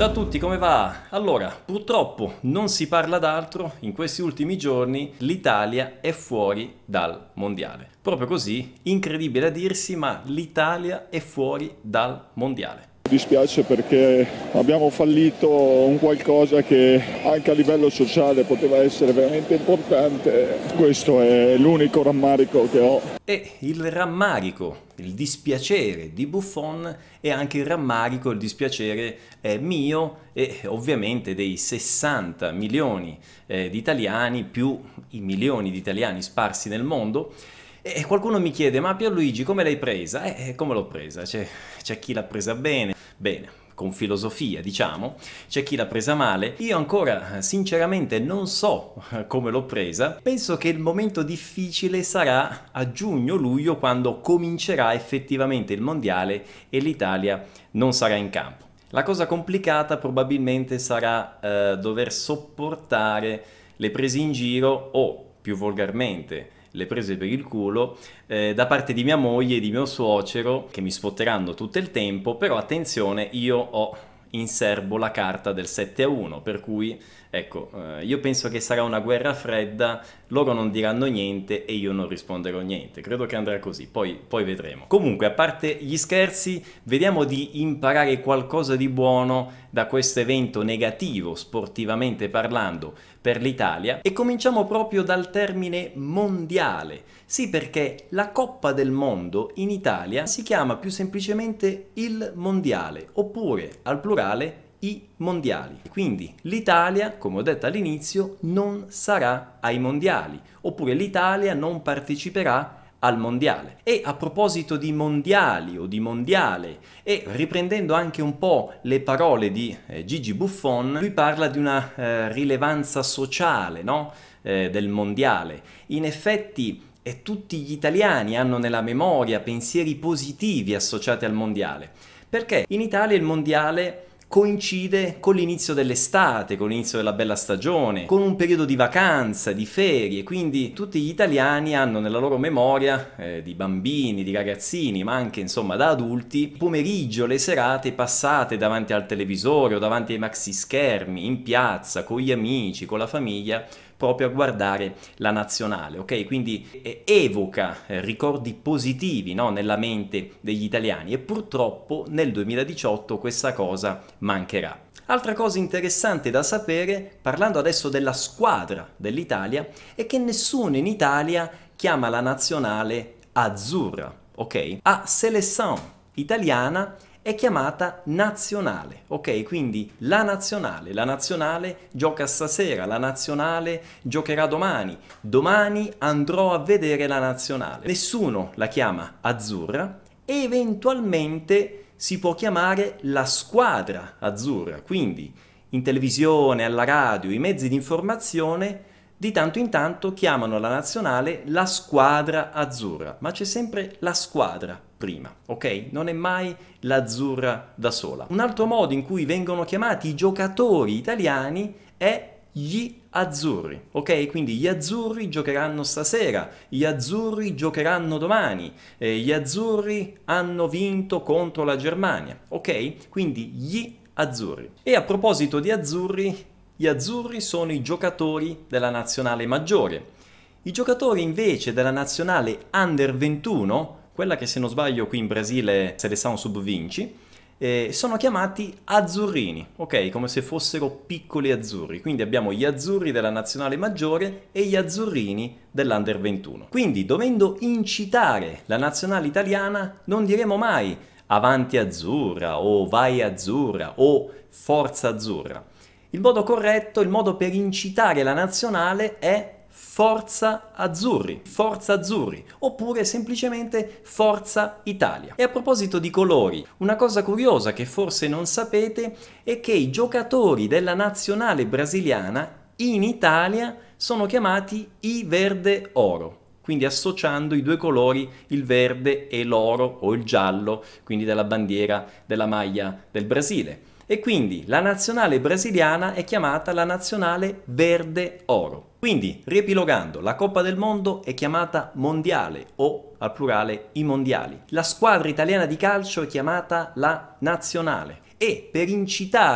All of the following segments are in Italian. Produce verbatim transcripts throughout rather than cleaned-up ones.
Ciao a tutti, come va? Allora, purtroppo non si parla d'altro, in questi ultimi giorni l'Italia è fuori dal mondiale. Proprio così, incredibile a dirsi, ma l'Italia è fuori dal mondiale. Mi dispiace perché abbiamo fallito un qualcosa che anche a livello sociale poteva essere veramente importante. Questo è l'unico rammarico che ho. E il rammarico, il dispiacere di Buffon è anche il rammarico, il dispiacere eh, mio e ovviamente dei sessanta milioni eh, di italiani più i milioni di italiani sparsi nel mondo. E qualcuno mi chiede, ma Pierluigi, come l'hai presa? Eh, come l'ho presa? C'è, c'è chi l'ha presa bene, bene, con filosofia, diciamo, c'è chi l'ha presa male. Io ancora, sinceramente, non so come l'ho presa. Penso che il momento difficile sarà a giugno-luglio, quando comincerà effettivamente il mondiale e l'Italia non sarà in campo. La cosa complicata probabilmente sarà eh, dover sopportare le prese in giro o, più volgarmente, le prese per il culo eh, da parte di mia moglie e di mio suocero, che mi spotteranno tutto il tempo. Però attenzione, io ho in serbo la carta del sette a uno, per cui ecco, eh, io penso che sarà una guerra fredda, loro non diranno niente e io non risponderò niente. Credo che andrà così, poi, poi vedremo. Comunque, a parte gli scherzi, vediamo di imparare qualcosa di buono da questo evento negativo, sportivamente parlando, per l'Italia, e cominciamo proprio dal termine mondiale. Sì, perché la Coppa del Mondo in Italia si chiama più semplicemente il mondiale, oppure al plurale i mondiali. Quindi l'Italia, come ho detto all'inizio, non sarà ai mondiali, oppure l'Italia non parteciperà al mondiale. E a proposito di mondiali o di mondiale, e riprendendo anche un po' le parole di eh, Gigi Buffon, lui parla di una eh, rilevanza sociale, no? eh, del mondiale. In effetti e tutti gli italiani hanno nella memoria pensieri positivi associati al mondiale, perché in Italia il mondiale coincide con l'inizio dell'estate, con l'inizio della bella stagione, con un periodo di vacanza, di ferie, quindi tutti gli italiani hanno nella loro memoria, eh, di bambini, di ragazzini, ma anche insomma da adulti, il pomeriggio, le serate passate davanti al televisore o davanti ai maxi schermi, in piazza, con gli amici, con la famiglia, proprio a guardare la nazionale, ok? Quindi eh, evoca eh, ricordi positivi, no? Nella mente degli italiani, e purtroppo nel duemiladiciotto questa cosa mancherà. Altra cosa interessante da sapere, parlando adesso della squadra dell'Italia, è che nessuno in Italia chiama la nazionale azzurra, ok? A seleção italiana è chiamata nazionale, ok? Quindi la nazionale, la nazionale gioca stasera, la nazionale giocherà domani, domani andrò a vedere la nazionale. Nessuno la chiama azzurra, e eventualmente si può chiamare la squadra azzurra, quindi in televisione, alla radio, i mezzi di informazione di tanto in tanto chiamano la nazionale la squadra azzurra, ma c'è sempre la squadra prima, ok? Non è mai l'azzurra da sola. Un altro modo in cui vengono chiamati i giocatori italiani è gli azzurri, ok? Quindi gli azzurri giocheranno stasera, gli azzurri giocheranno domani, eh, gli azzurri hanno vinto contro la Germania, ok? Quindi gli azzurri. E a proposito di azzurri, gli azzurri sono i giocatori della nazionale maggiore. I giocatori invece della nazionale under ventuno, quella che se non sbaglio qui in Brasile Seleção Sub-venti, eh, sono chiamati azzurrini, ok? Come se fossero piccoli azzurri. Quindi abbiamo gli azzurri della nazionale maggiore e gli azzurrini dell'under ventuno. Quindi, dovendo incitare la nazionale italiana, non diremo mai avanti azzurra o vai azzurra o forza azzurra. Il modo corretto, il modo per incitare la nazionale è Forza Azzurri, Forza Azzurri, oppure semplicemente Forza Italia. E a proposito di colori, una cosa curiosa che forse non sapete è che i giocatori della nazionale brasiliana in Italia sono chiamati i verde oro, quindi associando i due colori, il verde e l'oro o il giallo, quindi della bandiera della maglia del Brasile. E quindi la nazionale brasiliana è chiamata la nazionale verde oro. Quindi, riepilogando, la Coppa del Mondo è chiamata mondiale o, al plurale, i mondiali. La squadra italiana di calcio è chiamata la nazionale. E per incitare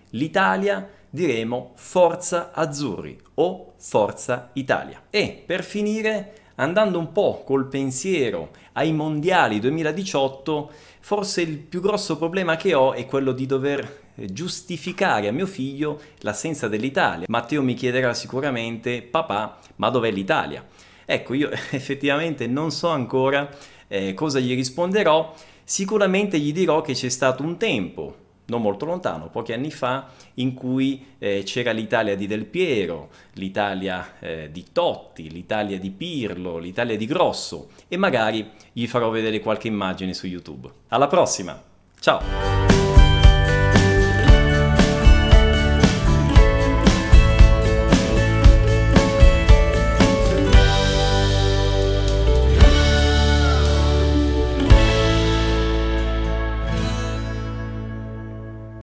l'Italia diremo Forza Azzurri o Forza Italia. E per finire, andando un po' col pensiero ai mondiali duemiladiciotto, forse il più grosso problema che ho è quello di dover giustificare a mio figlio l'assenza dell'Italia. Matteo mi chiederà sicuramente: papà, ma dov'è l'Italia? Ecco, io effettivamente non so ancora eh, cosa gli risponderò. Sicuramente gli dirò che c'è stato un tempo, non molto lontano, pochi anni fa, in cui eh, c'era l'Italia di Del Piero, l'Italia eh, di Totti, l'Italia di Pirlo, l'Italia di Grosso, e magari gli farò vedere qualche immagine su YouTube. Alla prossima, ciao!